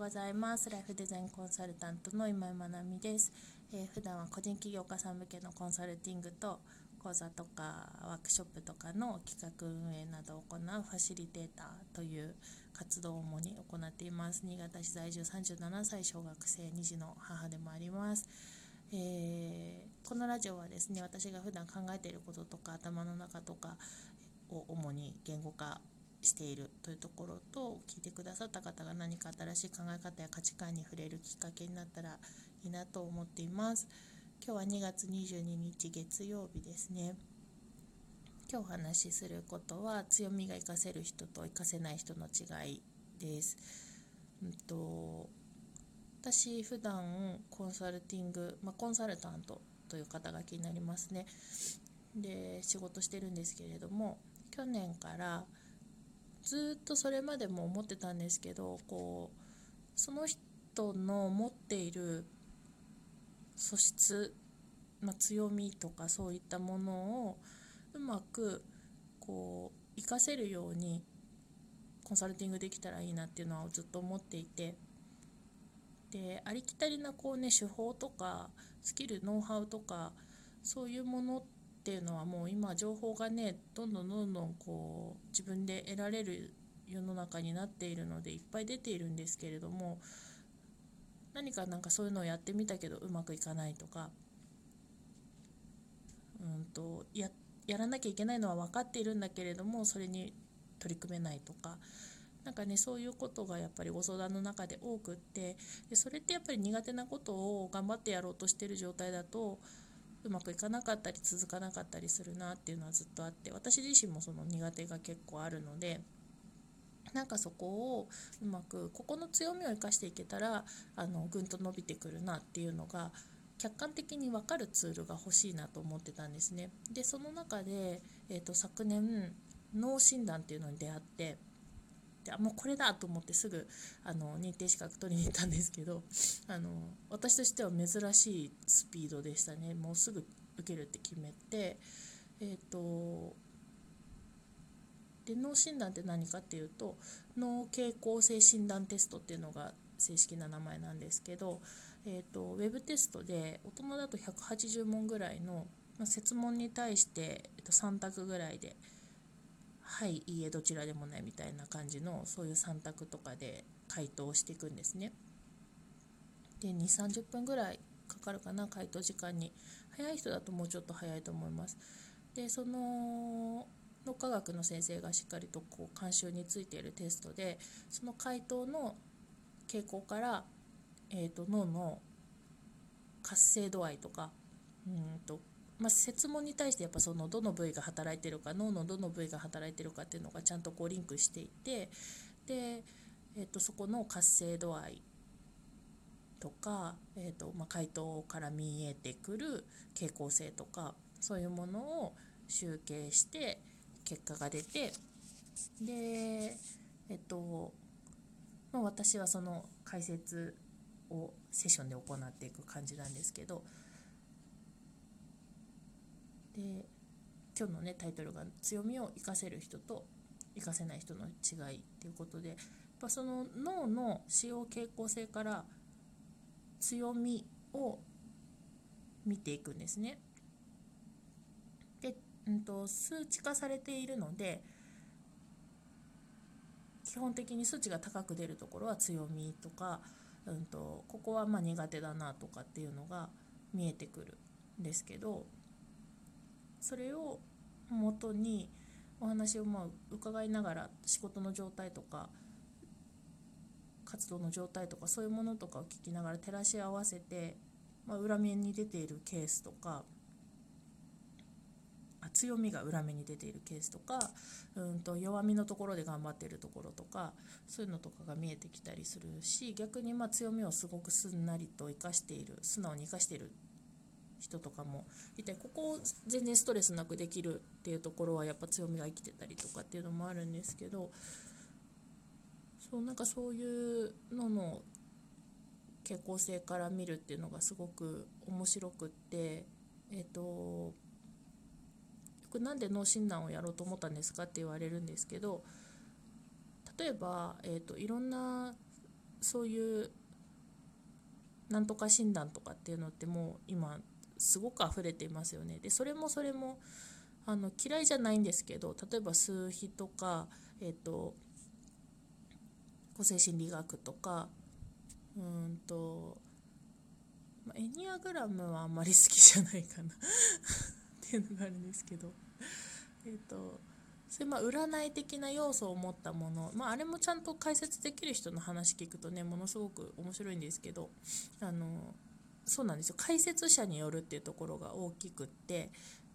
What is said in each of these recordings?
ございます。ライフデザインコンサルタントの今井まなみです。普段は個人起業家さん向けのコンサルティングと講座とかワークショップとかの企画運営などを行うファシリテーターという活動を主に行っています。新潟市在住37歳小学生2児の母でもあります。このラジオはですね、私が普段考えていることとか頭の中とかを主に言語化しているというところと、聞いてくださった方が何か新しい考え方や価値観に触れるきっかけになったらいいなと思っています。今日は2月22日月曜日ですね。今日お話しすることは強みが活かせる人と活かせない人の違いです。私普段コンサルティング、コンサルタントという肩書きになりますね。で仕事してるんですけれども、去年からずっとそれまでも思ってたんですけど、その人の持っている素質、強みとかそういったものをうまく活かせるようにコンサルティングできたらいいなっていうのはずっと思っていて、でありきたりな手法とかスキル、ノウハウとかそういうものっていうのはもう今情報がねどんどん自分で得られる世の中になっているのでいっぱい出ているんですけれども、何かそういうのをやってみたけどうまくいかないとか、やらなきゃいけないのは分かっているんだけれどもそれに取り組めないとか、そういうことがやっぱりご相談の中で多くって、でそれってやっぱり苦手なことを頑張ってやろうとしている状態だとうまくいかなかったり続かなかったりするなっていうのはずっとあって、私自身もその苦手が結構あるので、そこをうまくここの強みを生かしていけたらぐんと伸びてくるなっていうのが客観的に分かるツールが欲しいなと思ってたんですね。でその中で、昨年脳診断っていうのに出会って、でもうこれだと思ってすぐ認定資格取りに行ったんですけど、私としては珍しいスピードでしたね。もうすぐ受けるって決めて、で脳診断って何かっていうと、脳傾向性診断テストっていうのが正式な名前なんですけど、ウェブテストで大人だと180問ぐらいの、設問に対して、3択ぐらいではい、いいえ、どちらでもないみたいな感じのそういう3択とかで回答していくんですね。で2、30分ぐらいかかるかな、回答時間に。早い人だともうちょっと早いと思います。でその脳科学の先生がしっかりと監修についているテストで、その回答の傾向から、脳の活性度合いとか、設問に対してやっぱそのどの部位が働いているか、脳のどの部位が働いているかっていうのがちゃんとリンクしていて、で、そこの活性度合いとか、回答から見えてくる傾向性とかそういうものを集計して結果が出て、で、私はその解説をセッションで行っていく感じなんですけど、で今日のねタイトルが強みを生かせる人と生かせない人の違いっていうことで、やっぱその脳の使用傾向性から強みを見ていくんですね。で、数値化されているので、基本的に数値が高く出るところは強みとか、ここは苦手だなとかっていうのが見えてくるんですけど、それを元にお話を伺いながら仕事の状態とか活動の状態とかそういうものとかを聞きながら照らし合わせて、裏面に出ているケースとか、強みが裏目に出ているケースとか、弱みのところで頑張っているところとか、そういうのとかが見えてきたりするし、逆に強みをすごくすんなりと生かしている、素直に生かしている人とかもいて、ここを全然ストレスなくできるっていうところはやっぱ強みが生きてたりとかっていうのもあるんですけど、そういうのの傾向性から見るっていうのがすごく面白くって、よくなんで脳診断をやろうと思ったんですかって言われるんですけど、例えば、いろんなそういうなんとか診断とかっていうのってもう今すごく溢れていますよね。でそれも嫌いじゃないんですけど、例えば数比とか、個性心理学とか、エニアグラムはあんまり好きじゃないかなっていうのがあるんですけど、そういう占い的な要素を持ったもの、あれもちゃんと解説できる人の話聞くとね、ものすごく面白いんですけど、そうなんですよ、解説者によるっていうところが大きくって、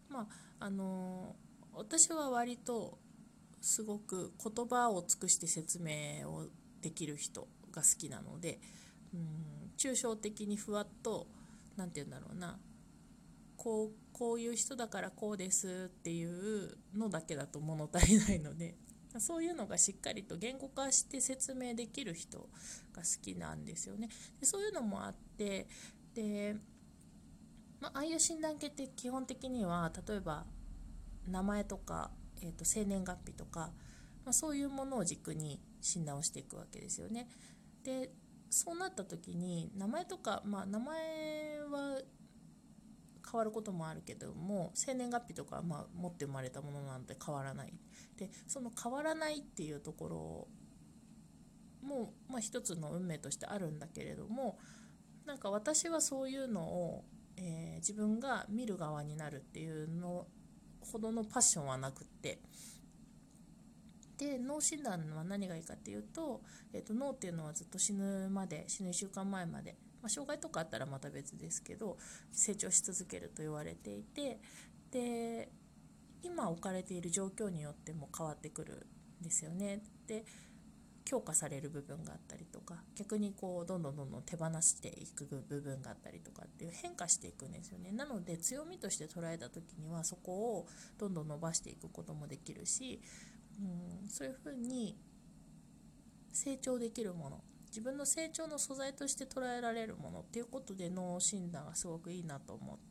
私は割とすごく言葉を尽くして説明をできる人が好きなので、抽象的にふわっと、なんて言うんだろうな、こういう人だからこうですっていうのだけだと物足りないので、そういうのがしっかりと言語化して説明できる人が好きなんですよね。でそういうのもあって、で、ああいう診断系って基本的には例えば名前とか、生年月日とか、そういうものを軸に診断をしていくわけですよね。でそうなった時に名前とか、名前は変わることもあるけども、生年月日とかは持って生まれたものなので変わらない。でその変わらないっていうところも、一つの運命としてあるんだけれども、なんか私はそういうのを、自分が見る側になるっていうのほどのパッションはなくって、で脳診断は何がいいかっていうと、脳っていうのはずっと死ぬ1週間前まで、障害とかあったらまた別ですけど成長し続けると言われていて、で今置かれている状況によっても変わってくるんですよね。で強化される部分があったりとか、逆にこうどんどん手放していく部分があったりとかっていう変化していくんですよね。なので強みとして捉えた時にはそこをどんどん伸ばしていくこともできるし、そういうふうに成長できるもの、自分の成長の素材として捉えられるものっていうことで脳診断がすごくいいなと思って、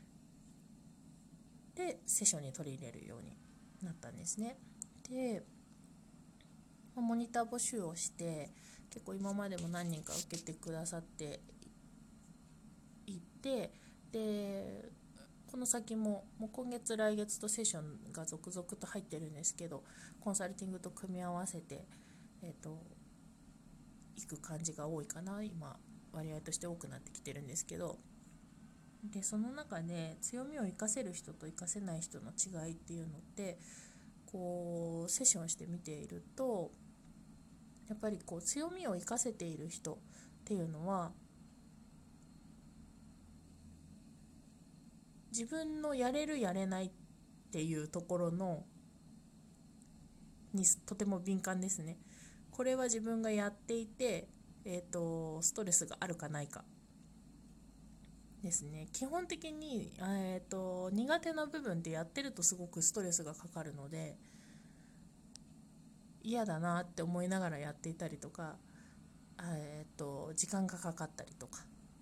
でセッションに取り入れるようになったんですね。でモニター募集をして結構今までも何人か受けてくださっていて、でこの先もう今月来月とセッションが続々と入ってるんですけど、コンサルティングと組み合わせていく感じが多いかな、今割合として多くなってきてるんですけど、でその中で強みを生かせる人と生かせない人の違いっていうのってこうセッションして見ていると、やっぱりこう強みを生かせている人っていうのは自分のやれるやれないっていうところにとても敏感ですね。これは自分がやっていて、ストレスがあるかないかですね。基本的に、苦手な部分ってやってるとすごくストレスがかかるので嫌だなって思いながらやっていたりとか、時間がかかったりとか、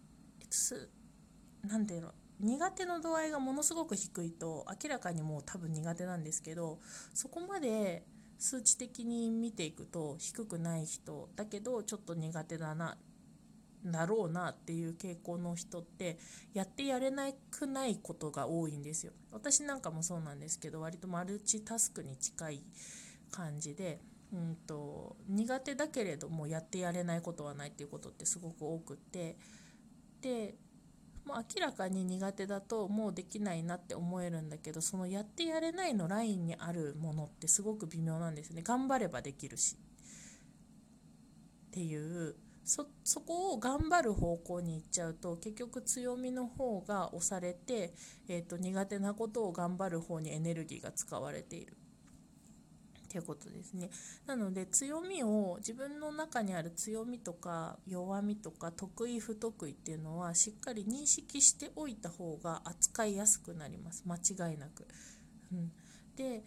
なんていうの、苦手の度合いがものすごく低いと明らかにもう多分苦手なんですけど、そこまで数値的に見ていくと低くない人だけどちょっと苦手だろうなっていう傾向の人ってやってやれなくないことが多いんですよ。私なんかもそうなんですけど、割とマルチタスクに近い感じで、苦手だけれどもやってやれないことはないっていうことってすごく多くって、でもう明らかに苦手だともうできないなって思えるんだけど、そのやってやれないのラインにあるものってすごく微妙なんですね。頑張ればできるしっていう、そこを頑張る方向に行っちゃうと結局強みの方が押されて、苦手なことを頑張る方にエネルギーが使われているっていうことですね。なので強みを、自分の中にある強みとか弱みとか得意不得意っていうのはしっかり認識しておいた方が扱いやすくなります、間違いなく。で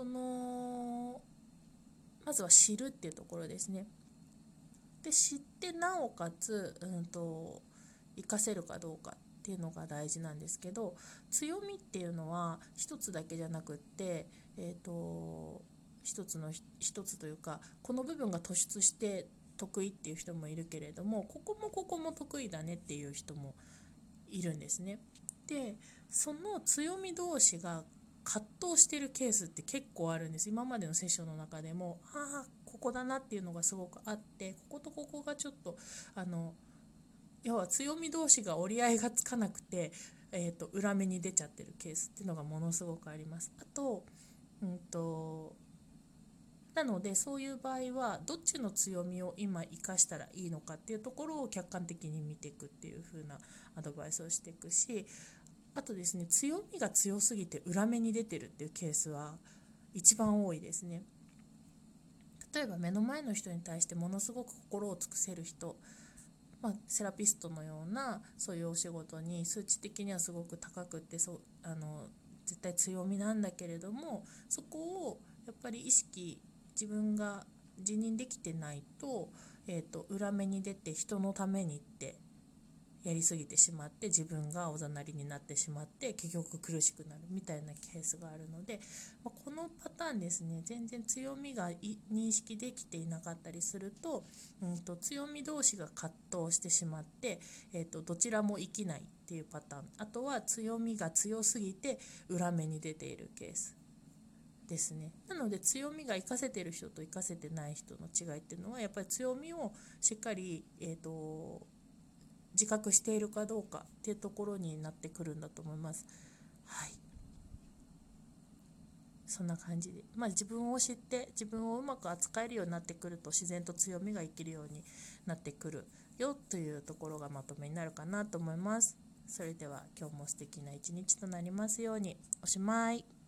まずは知るっていうところですね。で知ってなおかつ、活かせるかどうかっていうのが大事なんですけど、強みっていうのは一つだけじゃなくって、一つというかこの部分が突出して得意っていう人もいるけれども、ここもここも得意だねっていう人もいるんですね。でその強み同士が葛藤してるケースって結構あるんです。今までのセッションの中でもここだなっていうのがすごくあって、こことここがちょっと要は強み同士が折り合いがつかなくて、裏目に出ちゃってるケースっていうのがものすごくあります。あと、なのでそういう場合はどっちの強みを今生かしたらいいのかっていうところを客観的に見ていくっていう風なアドバイスをしていくし、あとですね、強みが強すぎて裏目に出てるっていうケースは一番多いですね。例えば目の前の人に対してものすごく心を尽くせる人、セラピストのようなそういうお仕事に数値的にはすごく高くって絶対強みなんだけれども、そこをやっぱり自分が自認できてないと、裏目に出て人のためにってやりすぎてしまって自分がおざなりになってしまって結局苦しくなるみたいなケースがあるので、このパターンですね、全然強みが認識できていなかったりすると、強み同士が葛藤してしまって、どちらも生きないっていうパターン、あとは強みが強すぎて裏目に出ているケースですね。なので強みが活かせている人と活かせてない人の違いっていうのは、やっぱり強みをしっかり、自覚しているかどうかっていうところになってくるんだと思います。はい、そんな感じで、自分を知って自分をうまく扱えるようになってくると、自然と強みが生きるようになってくるよというところがまとめになるかなと思います。それでは今日も素敵な一日となりますように。おしまい。